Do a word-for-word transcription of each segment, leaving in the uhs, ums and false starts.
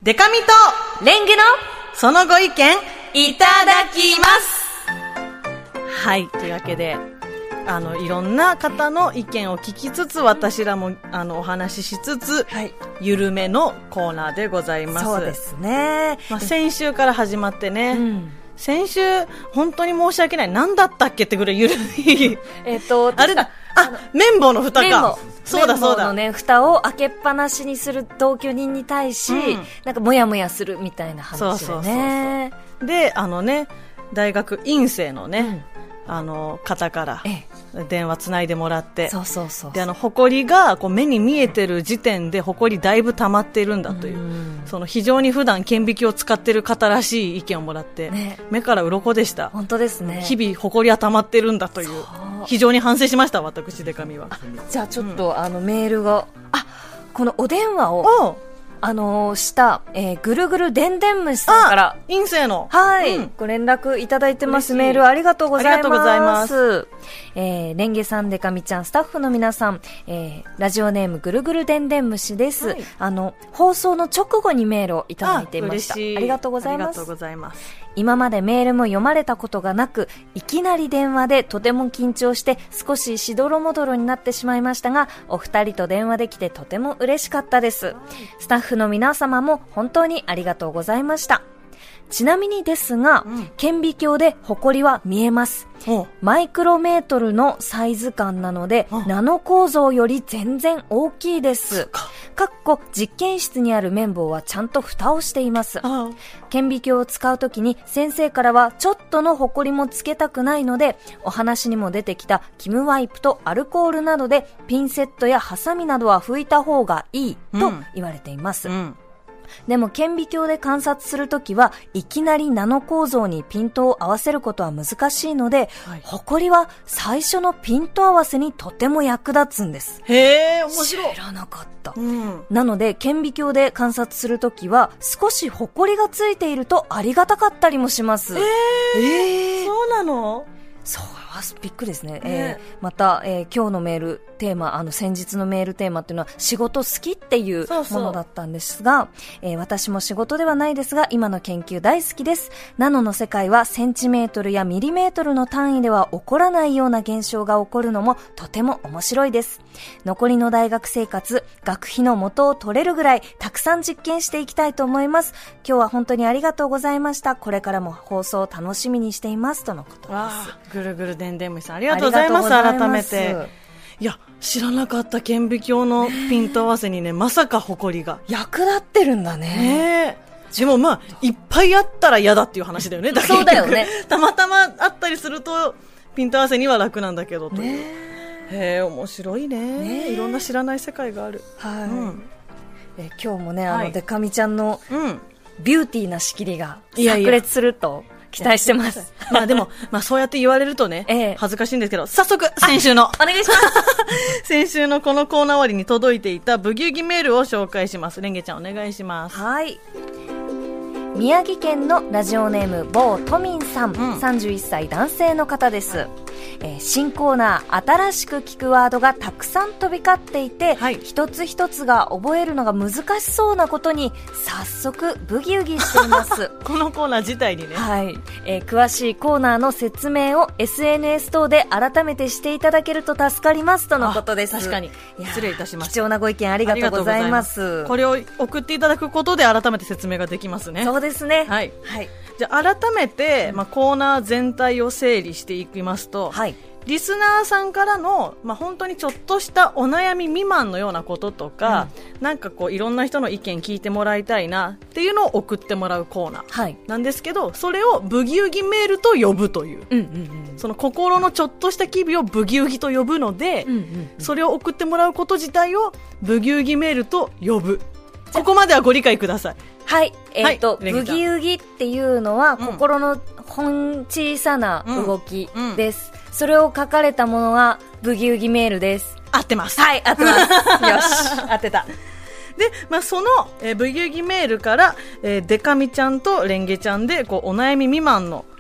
デカミとレンゲのそのご意見いただきます。 はい、というわけであのいろんな方の意見を聞きつつ、私らもあのお話ししつつ、はい、ゆるめのコーナーでございます。 そうですね、 まあ、先週から始まってね、うん、先週本当に申し訳ない、何だったっけってぐらいゆるいえっとあれだ、あ、綿棒の蓋か、そうだそうだ、 綿棒のね蓋を開けっぱなしにする同居人に対し、うん、なんかモヤモヤするみたいな話でね。そうそうそうそうで、あのね、大学院生のね、うん、あの方から電話つないでもらって、 そうそうそうそう、 で、あの埃がこう目に見えてる時点で埃だいぶ溜まっているんだという、うん、その非常に普段顕微鏡を使っている方らしい意見をもらって、ね、目から鱗でした。 本当ですね。 日々埃は溜まってるんだという、非常に反省しました、私デカミは。 じゃあちょっと、うん、あのメールが、あ、このお電話をあのー、した、えー、ぐるぐるでんでん虫さんから院生の、 はい、うん、ご連絡いただいてます。メールありがとうございます。ありがとうございます。えー、レンゲさん、デカミちゃん、スタッフの皆さん、えー、ラジオネームぐるぐるでんでん虫です、はい、あの放送の直後にメールをいただいていました。 あ, ありがとうございます。ありがとうございます。今までメールも読まれたことがなく、いきなり電話でとても緊張して少ししどろもどろになってしまいましたが、お二人と電話できてとても嬉しかったです。スタッフの皆様も本当にありがとうございました。ちなみにですが、うん、顕微鏡で埃は見えます。マイクロメートルのサイズ感なので、ナノ構造より全然大きいです。かっこ実験室にある綿棒はちゃんと蓋をしています。顕微鏡を使うときに先生からはちょっとの埃もつけたくないので、お話にも出てきたキムワイプとアルコールなどでピンセットやハサミなどは拭いた方がいいと言われています。うんうん、でも顕微鏡で観察するときはいきなりナノ構造にピントを合わせることは難しいので、はい、埃は最初のピント合わせにとても役立つんです。 へー、面白い。 知らなかった。うん、なので顕微鏡で観察するときは少し埃がついているとありがたかったりもします。 えー、えー、そうなの？ そうびっくりですね。えー、また、えー、今日のメールテーマ、あの先日のメールテーマっていうのは仕事好きっていうものだったんですが、そうそう、えー、私も仕事ではないですが今の研究大好きです。ナノの世界はセンチメートルやミリメートルの単位では起こらないような現象が起こるのもとても面白いです。残りの大学生活、学費の元を取れるぐらいたくさん実験していきたいと思います。今日は本当にありがとうございました。これからも放送を楽しみにしていますとのことです。 ぐるぐるでんでん虫さん、ありがとうございます。改めて、いや、知らなかった。顕微鏡のピント合わせにね、まさか埃が役立ってるんだね。 ねえ、でもまあいっぱいあったら嫌だっていう話だよね。だそうだよね。 たまたまあったりするとピント合わせには楽なんだけどという、ね、へえ、面白い ね, ねいろんな知らない世界がある。はい、うん、 え今日もね、あの、はい、デカミちゃんのビューティーな仕切りが炸裂すると期待してます。 まあでも、まあそうやって言われるとね、ええ、恥ずかしいんですけど、早速、先週の。お願いします。 先週のこのコーナー終わりに届いていたブギウギメールを紹介します。レンゲちゃんお願いします。 はい。宮城県のラジオネーム某都民さん、うん、さんじゅういっさい男性の方です。えー、新コーナー、新しく聞くワードがたくさん飛び交っていて、はい、一つ一つが覚えるのが難しそうなことに早速ブギウギしています。 このコーナー自体にね、 はい、えー、詳しいコーナーの説明を エスエヌエス 等で改めてしていただけると助かりますとのことです。 確かに失礼いたしました。 貴重なご意見ありがとうございます。 これを送っていただくことで改めて説明ができますね。 そうですね。 はい、はい、じゃあ改めて、まあ、コーナー全体を整理していきますと、はい、リスナーさんからの、まあ、本当にちょっとしたお悩み未満のようなこととか、うん、なんかこういろんな人の意見聞いてもらいたいなっていうのを送ってもらうコーナーなんですけど、はい、それをブギウギメールと呼ぶという、うんうんうん、その心のちょっとした機微をブギウギと呼ぶので、うんうんうん、それを送ってもらうこと自体をブギウギメールと呼ぶ。ここまではご理解ください。 はい、えーと、はい、ブギウギっていうのは、うん、心のほん小さな動きです、うんうん、それを書かれたものはブギウギメールです。 合ってます。 はい、合ってます。よし、合ってた。 で、まあ、その、えー、ブギウギメールから、えー、デカミちゃんとレンゲちゃんでこうお悩み未満の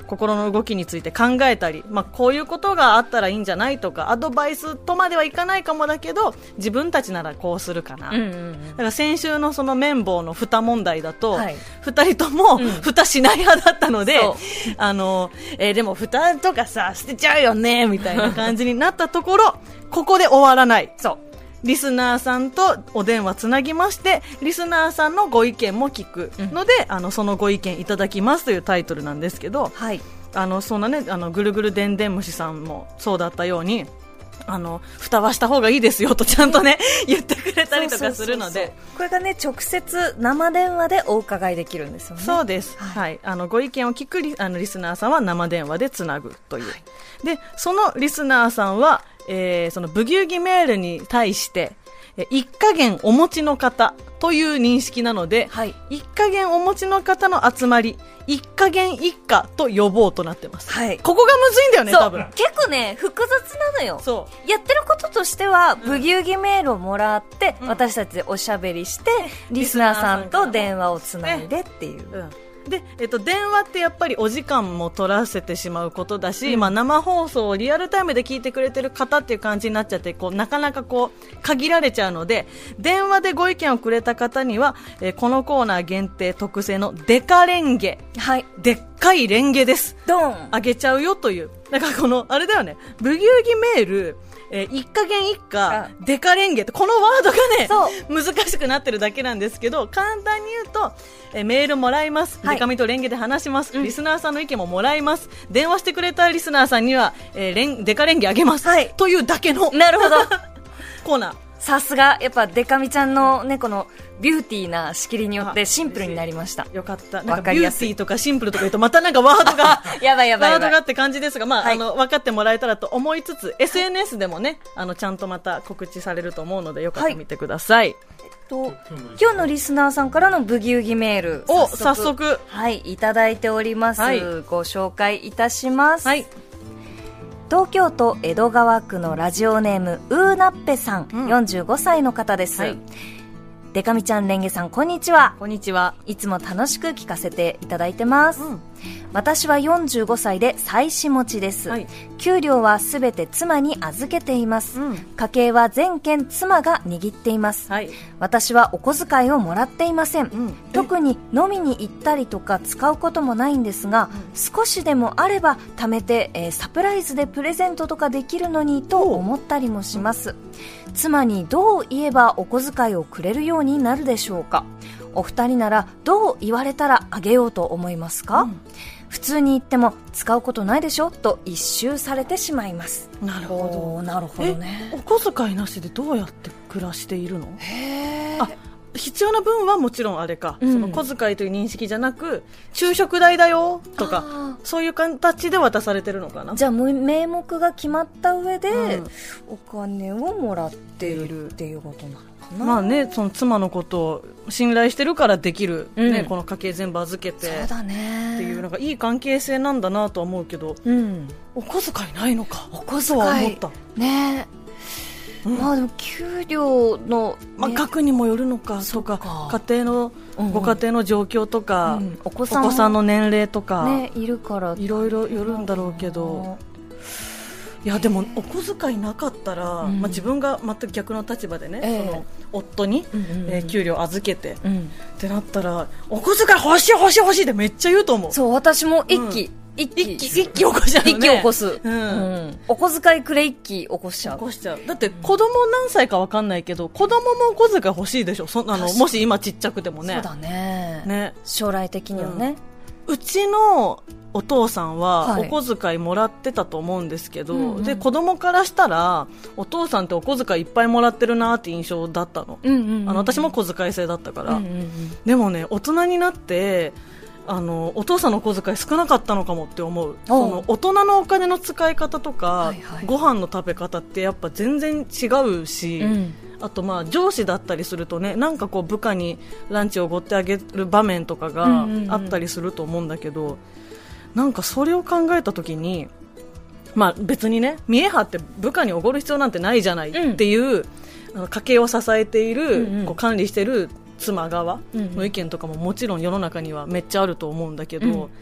心の動きについて考えたり、まあ、こういうことがあったらいいんじゃないとかアドバイスとまではいかないかもだけど自分たちならこうするかな、うんうんうん、だから先週のその綿棒の蓋問題だと、はい、ふたりとも蓋しない派だったので、うん、あのえー、でも蓋とかさ捨てちゃうよねみたいな感じになったところここで終わらない。そうリスナーさんとお電話つなぎましてリスナーさんのご意見も聞くので、うん、あのそのご意見いただきますというタイトルなんですけど、はい、あのそんなねあのぐるぐるでんでん虫さんもそうだったようにあの蓋はした方がいいですよとちゃんとね言ってくれたりとかするので、そうそうそうそう、 これがね直接生電話でお伺いできるんですよね。 そうです、はいはい、あのご意見を聞くリあのリスナーさんは生電話でつなぐという、はい、でそのリスナーさんは、えー、そのブギウギメールに対して一加減お持ちの方という認識なので、はい、一加減お持ちの方の集まり一加減一家と呼ぼうとなってます、はい、ここがむずいんだよね。多分結構ね複雑なのよ。そうやってることとしては、うん、ブギウギメールをもらって、うん、私たちでおしゃべりして、うん、リスナーさんと電話をつないでっていう、うんでえっと、電話ってやっぱりお時間も取らせてしまうことだし、うんまあ、生放送をリアルタイムで聞いてくれてる方っていう感じになっちゃってこうなかなかこう限られちゃうので電話でご意見をくれた方には、えー、このコーナー限定特製のデカレンゲ、はい、でっかいレンゲですドンあげちゃうよというだからこのあれだよねブギウギメールえー、一加減一家デカレンゲってこのワードがね難しくなってるだけなんですけど簡単に言うと、えー、メールもらいます、はい、デカミとレンゲで話します、うん、リスナーさんの意見ももらいます電話してくれたリスナーさんには、えー、レンデカレンゲあげます、はい、というだけのなるほどコーナー。 さすがやっぱデカミちゃんのねこのビューティーな仕切りによってシンプルになりました。 よかった。なんかビューティーとかシンプルとか言うとまたなんかワードがやばいやばいやばいワードがって感じですが、まあ、はい、あの分かってもらえたらと思いつつ エスエヌエス でもねあのちゃんとまた告知されると思うのでよかった見てください。はい、えっと今日のリスナーさんからのブギウギメールを早速はいいただいております。はい、ご紹介いたします。はい。東京都江戸川区のラジオネームウーナッペさん、うん、よんじゅうごさいの方です。はい、デカミちゃんレンゲさんこんにちは。 こんにちは。 いつも楽しく聞かせていただいてます。うん、私はよんじゅうごさいで妻子持ちです。はい、給料はすべて妻に預けています。うん、家計は全権妻が握っています。はい、私はお小遣いをもらっていません。うん、特に飲みに行ったりとか使うこともないんですが、うん、少しでもあれば貯めて、えー、サプライズでプレゼントとかできるのにと思ったりもします。妻にどう言えばお小遣いをくれるようになるでしょうか。お二人ならどう言われたらあげようと思いますか。うん、普通に言っても使うことないでしょと一周されてしまいます。 なるほどなるほどね。 お小遣いなしでどうやって暮らしているの。へーあ必要な分はもちろんあれか、うん、その小遣いという認識じゃなく昼食代だよとかそういう形で渡されてるのかな。 じゃあ名目が決まった上で、うん、お金をもらっているっていうことなのかな。 まあね、その妻のことを信頼してるからできる、うんね、この家計全部預けてそうだねっていうなんかいい関係性なんだなとは思うけど、うん、お小遣いないのかお小遣いは思ったね。うん、まあでも給料の、ねまあ、額にもよるのかとか家庭の、うんうん、ご家庭の状況とか、うん、お子さん、お子さんの年齢とか、 ね、いるからいろいろよるんだろうけど、いやでもお小遣いなかったら、うんまあ、自分が全く逆の立場でね、えー、その夫に、うんうんうんえー、給料預けて、うん、ってなったらお小遣い欲しい欲しい欲しいってめっちゃ言うと思う。 そう私も一気、うん一気一気起こしちゃうね。 一気起こす、うんうん、お小遣いくれ一気起こしちゃう。 起こしちゃう。だって子供何歳か分かんないけど子供もお小遣い欲しいでしょ。そあのもし今ちっちゃくてもね。 そうだね。ね将来的にはね、 うん、うちのお父さんはお小遣いもらってたと思うんですけど、はい、で子供からしたらお父さんってお小遣いいっぱいもらってるなって印象だったの、うんうんうん、あの私も小遣い制だったから、うんうんうん、でもね大人になってあのお父さんのお小遣い少なかったのかもって思う。その大人のお金の使い方とか、はいはい、ご飯の食べ方ってやっぱ全然違うし、うん、あとまあ上司だったりするとねなんかこう部下にランチをおごってあげる場面とかがあったりすると思うんだけど、うんうんうん、なんかそれを考えた時にまあ別にね見え張って部下におごる必要なんてないじゃないっていう、うん、家計を支えている、うんうん、こう管理している妻側の意見とかももちろん世の中にはめっちゃあると思うんだけど、うん、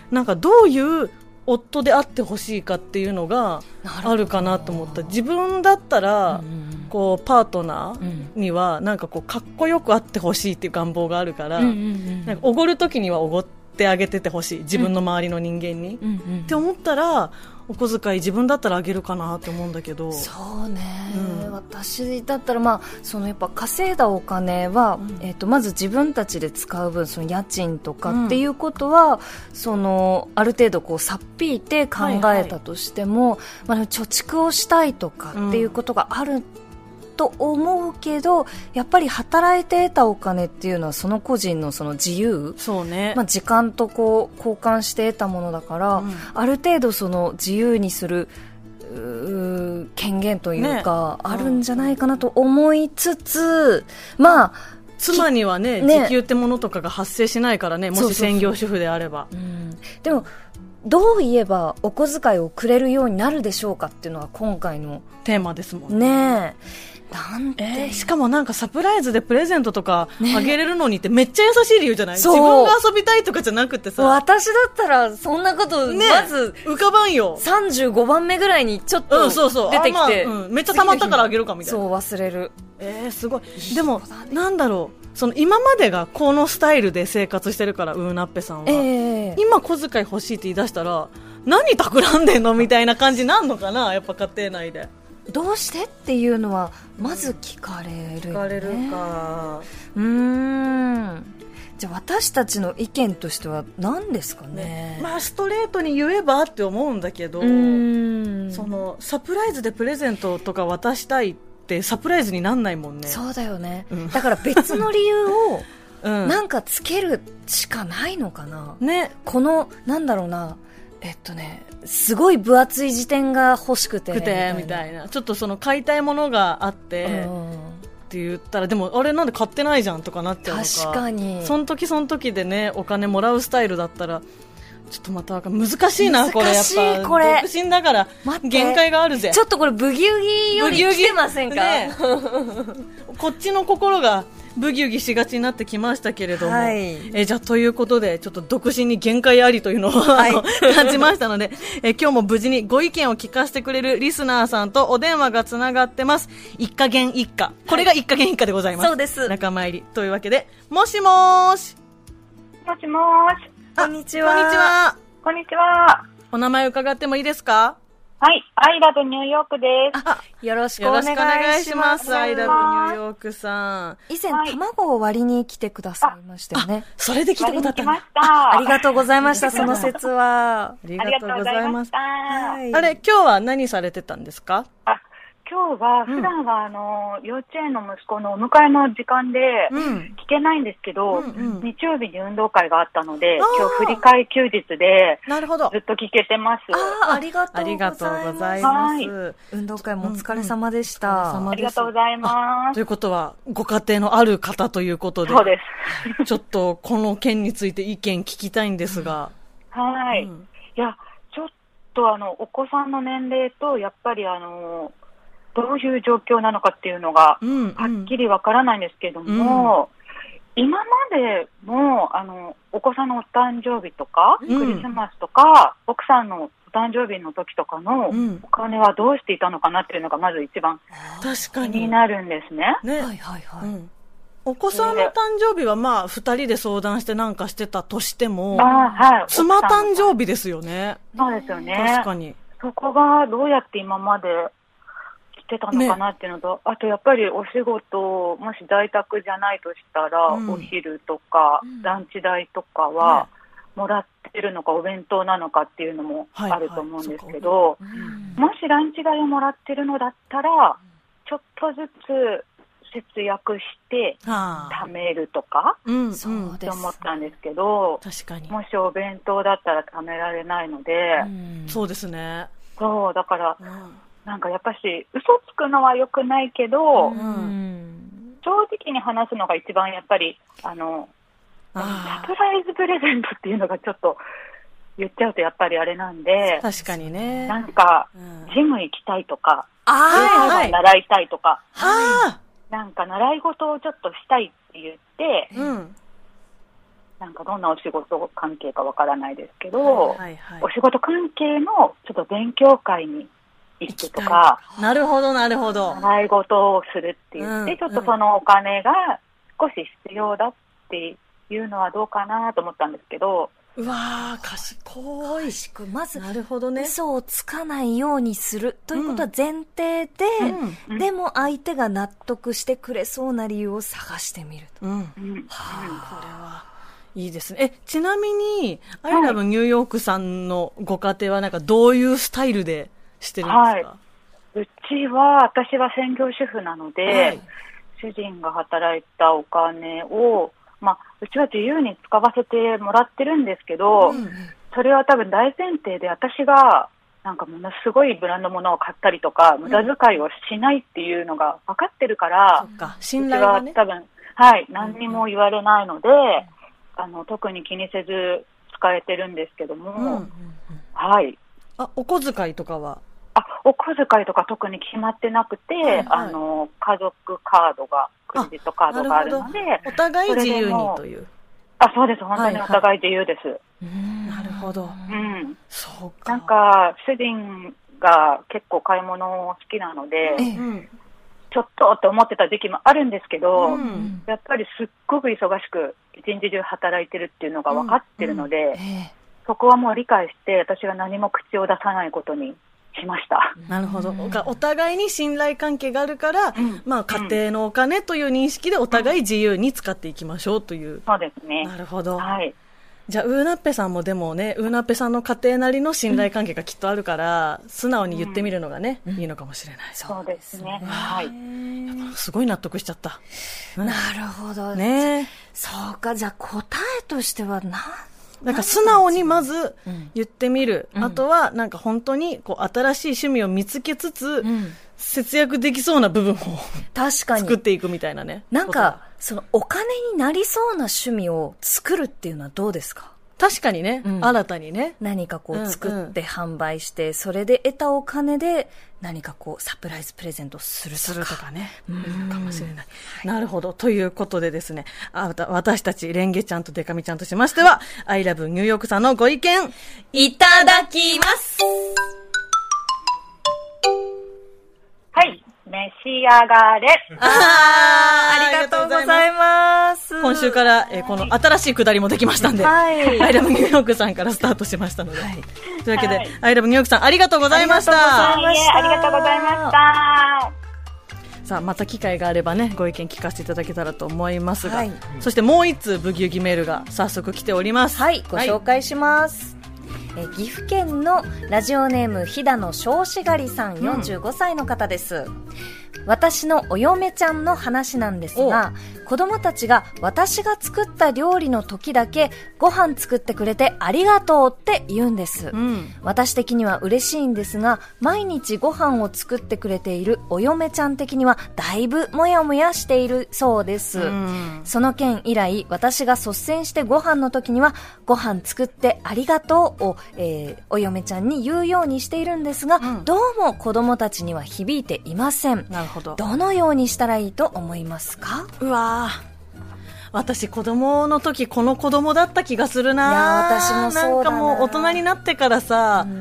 なんかどういう夫であってほしいかっていうのがあるかなと思った。自分だったら、うん、こうパートナーにはなんかこうかっこよくあってほしいっていう願望があるから、うんうんうん、なんかおごるときにはおごってあげててほしい、自分の周りの人間に、うんうんうん、って思ったらお小遣い自分だったらあげるかなって思うんだけど。 そうね、うん、私だったら、まあ、そのやっぱ稼いだお金は、うん、えー、とまず自分たちで使う分、その家賃とかっていうことは、うん、そのある程度こうさっぴいて考えたとしても、はいはい、まあ、貯蓄をしたいとかっていうことがある、うんと思うけど、やっぱり働いて得たお金っていうのはその個人のその自由、 そうね、 まあ、時間とこう交換して得たものだから、うん、ある程度その自由にするう権限というか、ね、あるんじゃないかなと思いつつ、まあ妻には ね, ね時給ってものとかが発生しないからね、もし専業主婦であれば。 そうそうそう、うん、でもどう言えばお小遣いをくれるようになるでしょうかっていうのが今回のテーマですもんね。 ねえ、なんて、 えー、しかもなんかサプライズでプレゼントとかあげれるのにってめっちゃ優しい理由じゃない、ね、自分が遊びたいとかじゃなくてさ、 私だったらそんなことまず、 ね、浮かばんよ。 さんじゅうごばんめぐらいにちょっと出てきて、うん、そうそう、まあ、 うん、めっちゃ溜まったからあげるかみたいな。 そう忘れる。 えー、すごい。でも、ね、なんだろう、その今までがこのスタイルで生活してるから、ウーナッペさんは、えー、今小遣い欲しいって言い出したら何企んでんのみたいな感じなんのかな、やっぱ家庭内で。 どうしてっていうのはまず聞かれるよね。 聞かれるか。 うーん、じゃあ私たちの意見としては何ですかね。 ね、まあストレートに言えばって思うんだけど、うーん、そのサプライズでプレゼントとか渡したいってサプライズになんないもんね。 そうだよね、うん、だから別の理由をなんかつけるしかないのかな、ね、このなんだろうな、えっとね、すごい分厚い辞典が欲しくて、ね、 みたいな、みたいな、ちょっとその買いたいものがあって、うん、って言ったら、でもあれなんで買ってないじゃんとかなっちゃうのか。 確かにその時その時でね、お金もらうスタイルだったらちょっとまた難しいな、これやっぱこれ独身だから限界があるぜ。 ちょっとこれブギウギより来てませんか、ね、 こっちの心がブギウギしがちになってきましたけれども、はい、えじゃあということでちょっと独身に限界ありというのを、はい、感じましたので、え今日も無事にご意見を聞かせてくれるリスナーさんとお電話がつながってます。一家元一家、これが一家元一家でございます、はい、 そうです。 仲間入りというわけで、もしもーし。 もしもーし。 こんにちは。 こんにちは。 こんにちは。 お名前伺ってもいいですか？ はい、アイラブニューヨークです。 あ、よろしくお願いします。 アイラブニューヨークさん。 以前、はい、卵を割りに来てくださいましたよね。 それで来てくださったんだ。 あ、ありがとうございました、その説は。 ありがとうございます。 はい、 あれ、今日は何されてたんですか？ あ、今日は普段はあの、うん、幼稚園の息子のお迎えの時間で聞けないんですけど、うんうん、日曜日に運動会があったので、今日振り替え休日でなるほど、 ずっと聞けてます。 あ、ありがとうございます。 はい、 運動会もお疲れ様でした。 うんうん、ありがとうございます。 ということはご家庭のある方ということで、 そうです。 ちょっとこの件について意見聞きたいんですが、 うん、はい、うん、いやちょっとあのお子さんの年齢とやっぱりあのどういう状況なのかっていうのが、うんうん、はっきりわからないんですけども、うん、今までもあのお子さんのお誕生日とか、うん、クリスマスとか奥さんのお誕生日の時とかのお金はどうしていたのかなっていうのがまず一番気になるんですね。 ね、はいはいはい、うん、お子さんの誕生日はまあふたりで相談してなんかしてたとしても、 あ、はい、 妻誕生日ですよね。 そうですよね。 確かにそこがどうやって今までしてたのかなっていうのと、ね、あとやっぱりお仕事もし在宅じゃないとしたら、うん、お昼とか、うん、ランチ代とかはもらってるのか、お弁当なのかっていうのもあると思うんですけど、はいはい、もしランチ代をもらってるのだったらちょっとずつ節約して貯めるとか、うん、って思ったんですけど、 確かにもしお弁当だったら貯められないので、 うん、そうですね。 そうだから、うん、なんかやっぱし嘘つくのは良くないけど、うん、正直に話すのが一番やっぱりあのサプライズプレゼントっていうのがちょっと言っちゃうとやっぱりあれなんで、 確かにね、 なんか、うん、ジム行きたいとか、あー、習いたいとか、 あ、 なんか習い事をちょっとしたいって言って、うん、 なんかどんなお仕事関係かわからないですけど、 はいはいはい、 お仕事関係のちょっと勉強会に行くとか、 なるほどなるほど、 習い事をするって言って、うん、ちょっとそのお金が少し必要だっていうのはどうかなと思ったんですけど、 うわー、賢い。 賢い。まず、 なるほどね、 嘘をつかないようにするということは前提で、うん、でも相手が納得してくれそうな理由を探してみると。うん。はあ、これはいいですね。え、ちなみに、アイラブニューヨークさんのご家庭はなんかどういうスタイルでしてるんですか？はい、 うちは、私は専業主婦なので、はい、主人が働いたお金を、まあ、うちは自由に使わせてもらってるんですけど、うん、それは多分大前提で私がなんかものすごいブランド物を買ったりとか、うん、無駄遣いをしないっていうのが分かってるから、 そっか、信頼がね、 うちは多分、はい、何にも言われないので、うん、あの特に気にせず使えてるんですけども、うんうんうん、はい。 あ、お小遣いとかは？ あ、お小遣いとか特に決まってなくて、はいはい、あの家族カードがクレジットカードがあるので、 お互い自由にという。 あ、そうです。本当にお互い自由です。はいはい、なるほど。 うん。 そうか。 なんか主人が結構買い物好きなので、うん、ちょっとって思ってた時期もあるんですけど、うん、やっぱりすっごく忙しく一日中働いてるっていうのが分かってるので、うんうん、えー、そこはもう理解して私は何も口を出さないことにしました。 なるほど。お互いに信頼関係があるから、うん、まあ家庭のお金という認識でお互い自由に使っていきましょうという。 そうですね。 なるほど。 はい。 じゃあウーナッペさんもでもね、ウーナッペさんの家庭なりの信頼関係がきっとあるから、うん、素直に言ってみるのがね、うん、いいのかもしれない。 そうですね。はい。 すごい納得しちゃった。 うん、なるほどね。 そうか。じゃあ答えとしてはな。 なんか素直にまず言ってみる、うん、あとはなんか本当にこう新しい趣味を見つけつつ、うん、節約できそうな部分を確かに作っていくみたいなね。 なんかそのお金になりそうな趣味を作るっていうのはどうですか？ 確かにね、うん、新たにね、 何かこう作って販売して、うんうん、それで得たお金で何かこうサプライズプレゼントするとか、 するとかね、うん、かもしれない、はい、なるほど。ということでですね、あ、私たちレンゲちゃんとデカミちゃんとしましては、アイラブニューヨークさんのご意見いただきます。 はい、召し上がれ。 ああ、ありがとうございます。 今週から、えー、この新しいくだりもできましたんで、はい、アイラブニューヨークさんからスタートしましたので、はい、というわけで、はい、アイラブニューヨークさんありがとうございました。 ありがとうございました。 さあ、また機会があればね、ご意見聞かせていただけたらと思いますが、はい、そしてもう一通ブギウギメールが早速来ております。 はい、ご紹介します。はい、え岐阜県のラジオネーム飛騨の少子狩りさん、よんじゅうごさいの方です。うん、私のお嫁ちゃんの話なんですが、子供たちが私が作った料理の時だけご飯作ってくれてありがとうって言うんです、うん、私的には嬉しいんですが、毎日ご飯を作ってくれているお嫁ちゃん的にはだいぶもやもやしているそうです、うん、その件以来私が率先してご飯の時にはご飯作ってありがとうを、えー、お嫁ちゃんに言うようにしているんですが、うん、どうも子供たちには響いていません。 なるほど。 どのようにしたらいいと思いますか？ うわー、私子供の時この子供だった気がするな。 いや、私もそうだな。 なんかもう大人になってからさ、うん、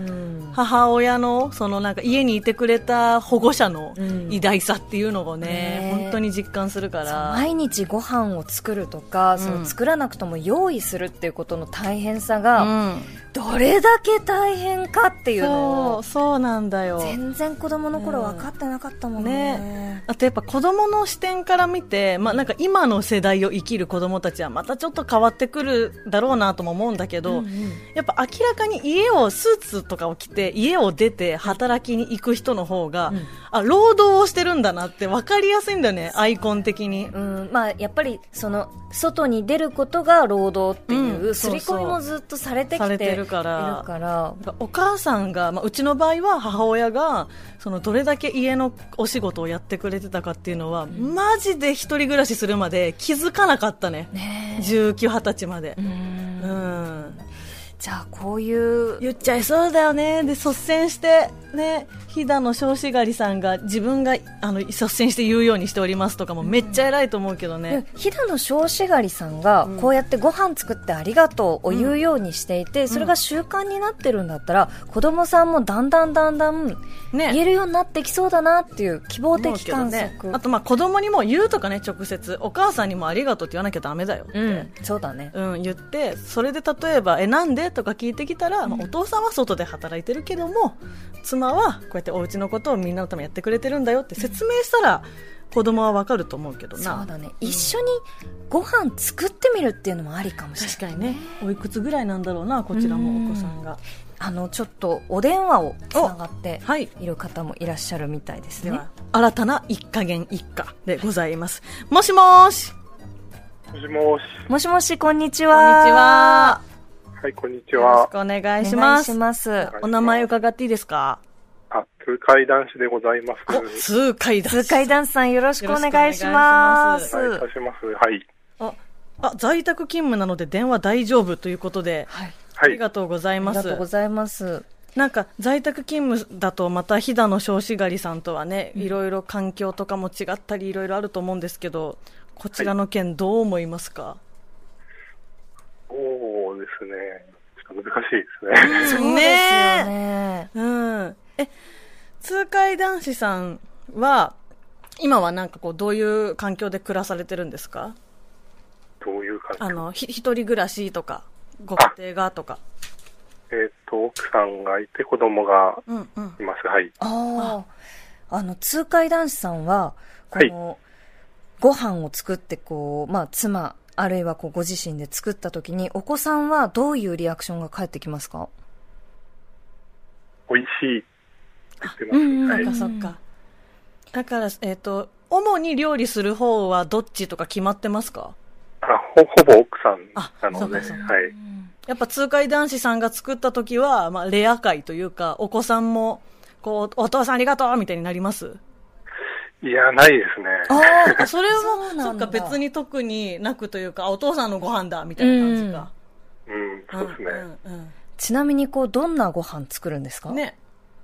母親のそのなんか家にいてくれた保護者の偉大さっていうのをね、うん、本当に実感するから。 毎日ご飯を作るとか、うん、その作らなくとも用意するっていうことの大変さが、うん、どれだけ大変かっていうのを、 そう、そうなんだよ。 全然子供の頃分かってなかったもんね。 ね、あとやっぱ子供の視点から見て、まあ、なんか今の世代を生きる子供たちはまたちょっと変わってくるだろうなとも思うんだけど、うんうん、やっぱ明らかに家をスーツとかを着て家を出て働きに行く人の方が、うん、あ、労働をしてるんだなって分かりやすいんだよね、アイコン的に。 うん、まあ、やっぱりその外に出ることが労働っていう刷り込みもずっとされてきているから、からお母さんが、まあ、うちの場合は母親がそのどれだけ家のお仕事をやってくれてたかっていうのは、うん、マジで一人暮らしするまで気づかなかったね。ね、じゅうきゅう、はたちまで。うん、うん、 じゃあこういう言っちゃいそうだよね。で率先してね、飛騨の少子狩りさんが自分があの率先して言うようにしておりますとかもめっちゃ偉いと思うけどね、 うん、飛騨の少子狩りさんがこうやってご飯作ってありがとうを言うようにしていて、うん、それが習慣になってるんだったら、子供さんもだんだんだんだん言えるようになってきそうだなっていう希望的観測、 ね、あとまあ子供にも言うとかね、直接お母さんにもありがとうって言わなきゃダメだよって、 うん、そうだね、 うん、言って、それで例えばえなんでとか聞いてきたら、うん、まあ、お父さんは外で働いてるけども妻はこうやってお家のことをみんなのためにやってくれてるんだよって説明したら、うん、子供はわかると思うけどな。 そうだね、一緒にご飯作ってみるっていうのもありかもしれない。 確かにね、おいくつぐらいなんだろうな、こちらもお子さんが。 あのちょっとお電話をつながっている方もいらっしゃるみたいですね。 では新たな一家元一家でございます。もしもーし。 もしもし。 もしもし、こんにちは。 こんにちは。 はい、こんにちは。 よろしくお願いします。 お願いします。 お名前伺っていいですか？ あ、痛快男子でございます。 痛快男子。 痛快男子さん、よろしくお願いします。 お願いいたします。はい。 あ、あ、在宅勤務なので電話大丈夫ということで、はい、ありがとうございます。 ありがとうございます。 なんか在宅勤務だとまた飛騨の少子狩りさんとはね、いろいろ環境とかも違ったりいろいろあると思うんですけど、こちらの件どう思いますか？はい、 そうですね、ちょっと難しいですね。 そうですよね。 うん。え、痛快男子さんは今はなんかこうどういう環境で暮らされてるんですか？ どういう環境？ あのひ一人暮らしとかご家庭がとか。 えっ、ー、と奥さんがいて子供がいます。うんうん、はい。 ああ、あの痛快男子さんはこの、はい、ご飯を作ってこう、まあ、妻あるいはこうご自身で作った時にお子さんはどういうリアクションが返ってきますか？ 美味しいって言ってます。 うん、はい、そっかそっか。だから、えっと、主に料理する方はどっちとか決まってますか？ あ、ほ、ほぼ奥さんなので、はい。 やっぱ痛快男子さんが作った時は、まあ、レア会というか、お子さんも、こう、お父さんありがとうみたいになります？ いや、ないですね。 ああ、それも、そっか、別に特になくというか、お父さんのご飯だ、みたいな感じか。 うん、うん、そうですね。うんうん、 ちなみに、こう、どんなご飯作るんですか？ね。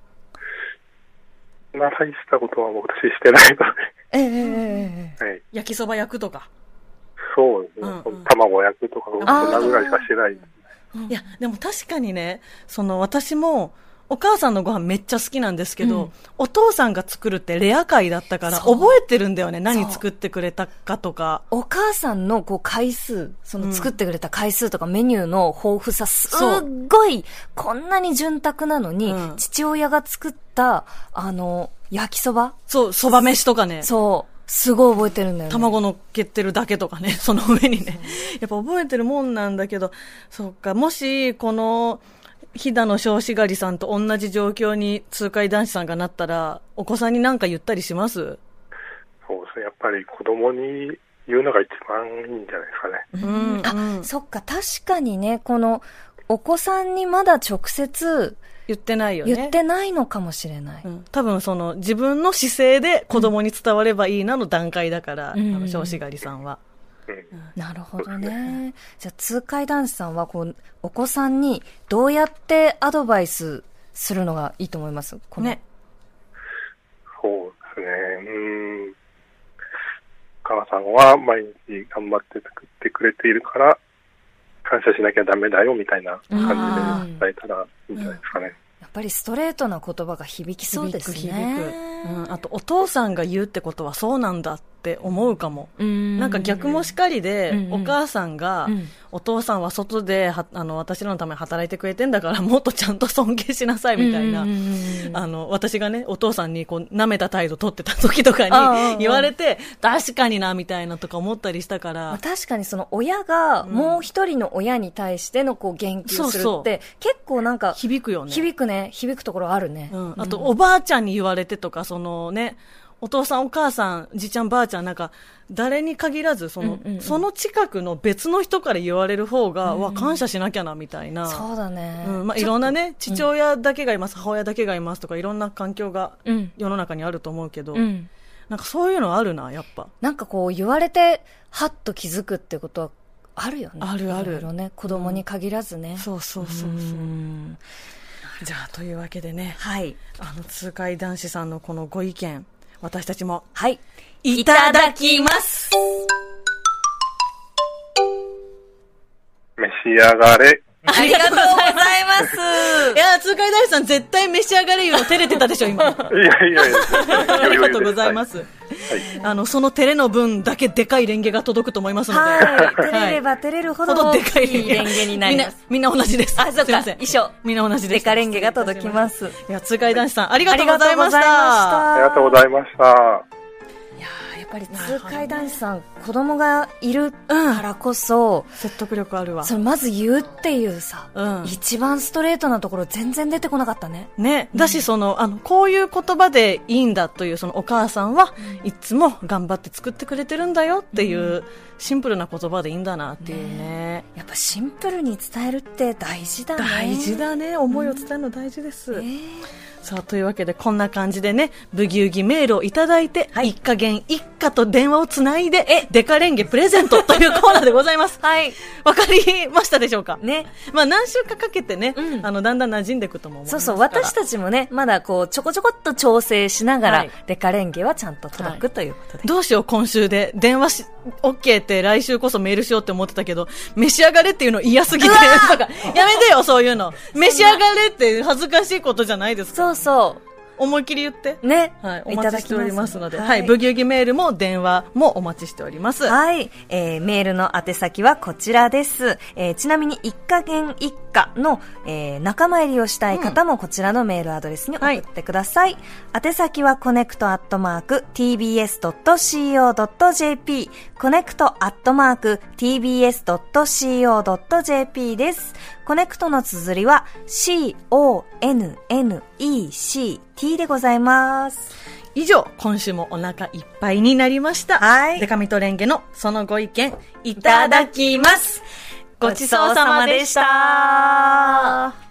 まあ、大したことは私してないので。 ええええ、 はい。焼きそば焼くとか。 そうですね。うんうん、卵焼くとか、そんなぐらいしかしてない。 いや、でも確かにね、その、私も、お母さんのご飯めっちゃ好きなんですけど、うん、お父さんが作るってレア回だったから覚えてるんだよね。何作ってくれたかとか。 お母さんのこう回数、その作ってくれた回数とかメニューの豊富さ、すっごい、こんなに潤沢なのに、うん、父親が作った、あの、焼きそば？ そう、そば飯とかね。 そう。すごい覚えてるんだよね。 卵のっけてるだけとかね、その上にね。やっぱ覚えてるもんなんだけど、そっか、もし、この、飛騨の少子狩りさんと同じ状況に痛快男子さんがなったら、お子さんに何か言ったりします？ そうですね。やっぱり子供に言うのが一番いいんじゃないですかね。 うん、あ、そっか、確かにね、この、お子さんにまだ直接、 言ってないよね。 言ってないのかもしれない。 うん、多分その、自分の姿勢で子供に伝わればいいなの段階だから、うん、あの少子狩りさんは。 うん、なるほどね。じゃあ痛快男子さんはこうお子さんにどうやってアドバイスするのがいいと思います？このね。 そうですね。うん。母さんは毎日頑張って作ってくれているから感謝しなきゃダメだよみたいな感じで伝えたらいいんじゃないですかね。うん、 やっぱりストレートな言葉が響きそうですね。響く響く。うん、あとお父さんが言うってことはそうなんだって思うかも。んなんか逆もしかりで、うんうん、お母さんが、うん、お父さんは外ではあの私らのために働いてくれてんだからもっとちゃんと尊敬しなさいみたいな、うんうんうん、あの私がねお父さんにこう舐めた態度取ってた時とかに言われて確かになみたいなとか思ったりしたから、 確かにその親がもう一人の親に対してのこう言及するって、うん、そうそう結構なんか響くよね。 響くね。響くところあるね。 うん、あとおばあちゃんに言われてとかそのねお父さんお母さんじいちゃんばあちゃんなんか誰に限らずその、うんうんうん、その近くの別の人から言われる方が、うんうん、わ感謝しなきゃなみたいな。 そうだね、 うんまあ、いろんなね父親だけがいます、うん、母親だけがいますとかいろんな環境が世の中にあると思うけど、うん、なんかそういうのあるなやっぱ。 なんかこう言われてハッと気づくってことはあるよね。 あるある。 いろいろね子供に限らずね、 うん、そうそうそうそう。うんじゃあ、というわけでね。 はい。 あの、痛快男子さんのこのご意見、私たちも。 はい。 いただきます。 召し上がれ。 ありがとうございます。 いや、痛快大師さん絶対召し上がれ言うの照れてたでしょ、今。いやいやいや。 ありがとうございます。はい、あの、その照れの分だけでかいレンゲが届くと思いますので。 はい。照れれば照れるほどでかいレンゲになります。 みんな、みんな同じです。 あ、そうか。一緒。 みんな同じです。 でかレンゲが届きます。 いや、痛快男子さん、ありがとうございました。 ありがとうございました。 やっぱり痛快男子さん、子供がいるからこそ、 うん、説得力あるわ。 それまず言うっていうさ、 うん、 一番ストレートなところ全然出てこなかったね。 ね。だし、その、あの、こういう言葉でいいんだという、そのお母さんは、うん、いつも頑張って作ってくれてるんだよっていう、うん、シンプルな言葉でいいんだなっていうね。ね、 やっぱシンプルに伝えるって大事だね。 大事だね。思いを伝えるの大事です。うん、えーさあ、というわけで、こんな感じでね、ブギウギメールをいただいて、はい、一家元一家と電話をつないで、え、デカレンゲプレゼントというコーナーでございます。 はい。 わかりましたでしょうかね。 まあ、何週かかけてね、うん、あの、だんだん馴染んでいくと思うんですから。 そうそう、私たちもね、まだこう、ちょこちょこっと調整しながら、はい、デカレンゲはちゃんと届く、はい、ということで。 どうしよう、今週で。電話し、OK って来週こそメールしようって思ってたけど、召し上がれっていうの嫌すぎて、とか、やめてよ、そういうの。召し上がれって恥ずかしいことじゃないですか。 そうそう。 思い切り言って。 ね。 はい。お待ちしておりますので。はい。ブギウギメールも電話もお待ちしております。 はい。えー、メールの宛先はこちらです。えー、ちなみに一家元一家の、えー、仲間入りをしたい方もこちらのメールアドレスに送ってください。はい、宛先はコネクトアットマーク ティービーエスドットシーオードットジェーピー コネクトアットマーク ティービーエスドットシーオードットジェーピー です。コネクトの綴りは シーオーエヌエヌイーシーティー でございます。 以上、今週もお腹いっぱいになりました。 はい。 デカミとレンゲのそのご意見いただきます。ごちそうさまでした。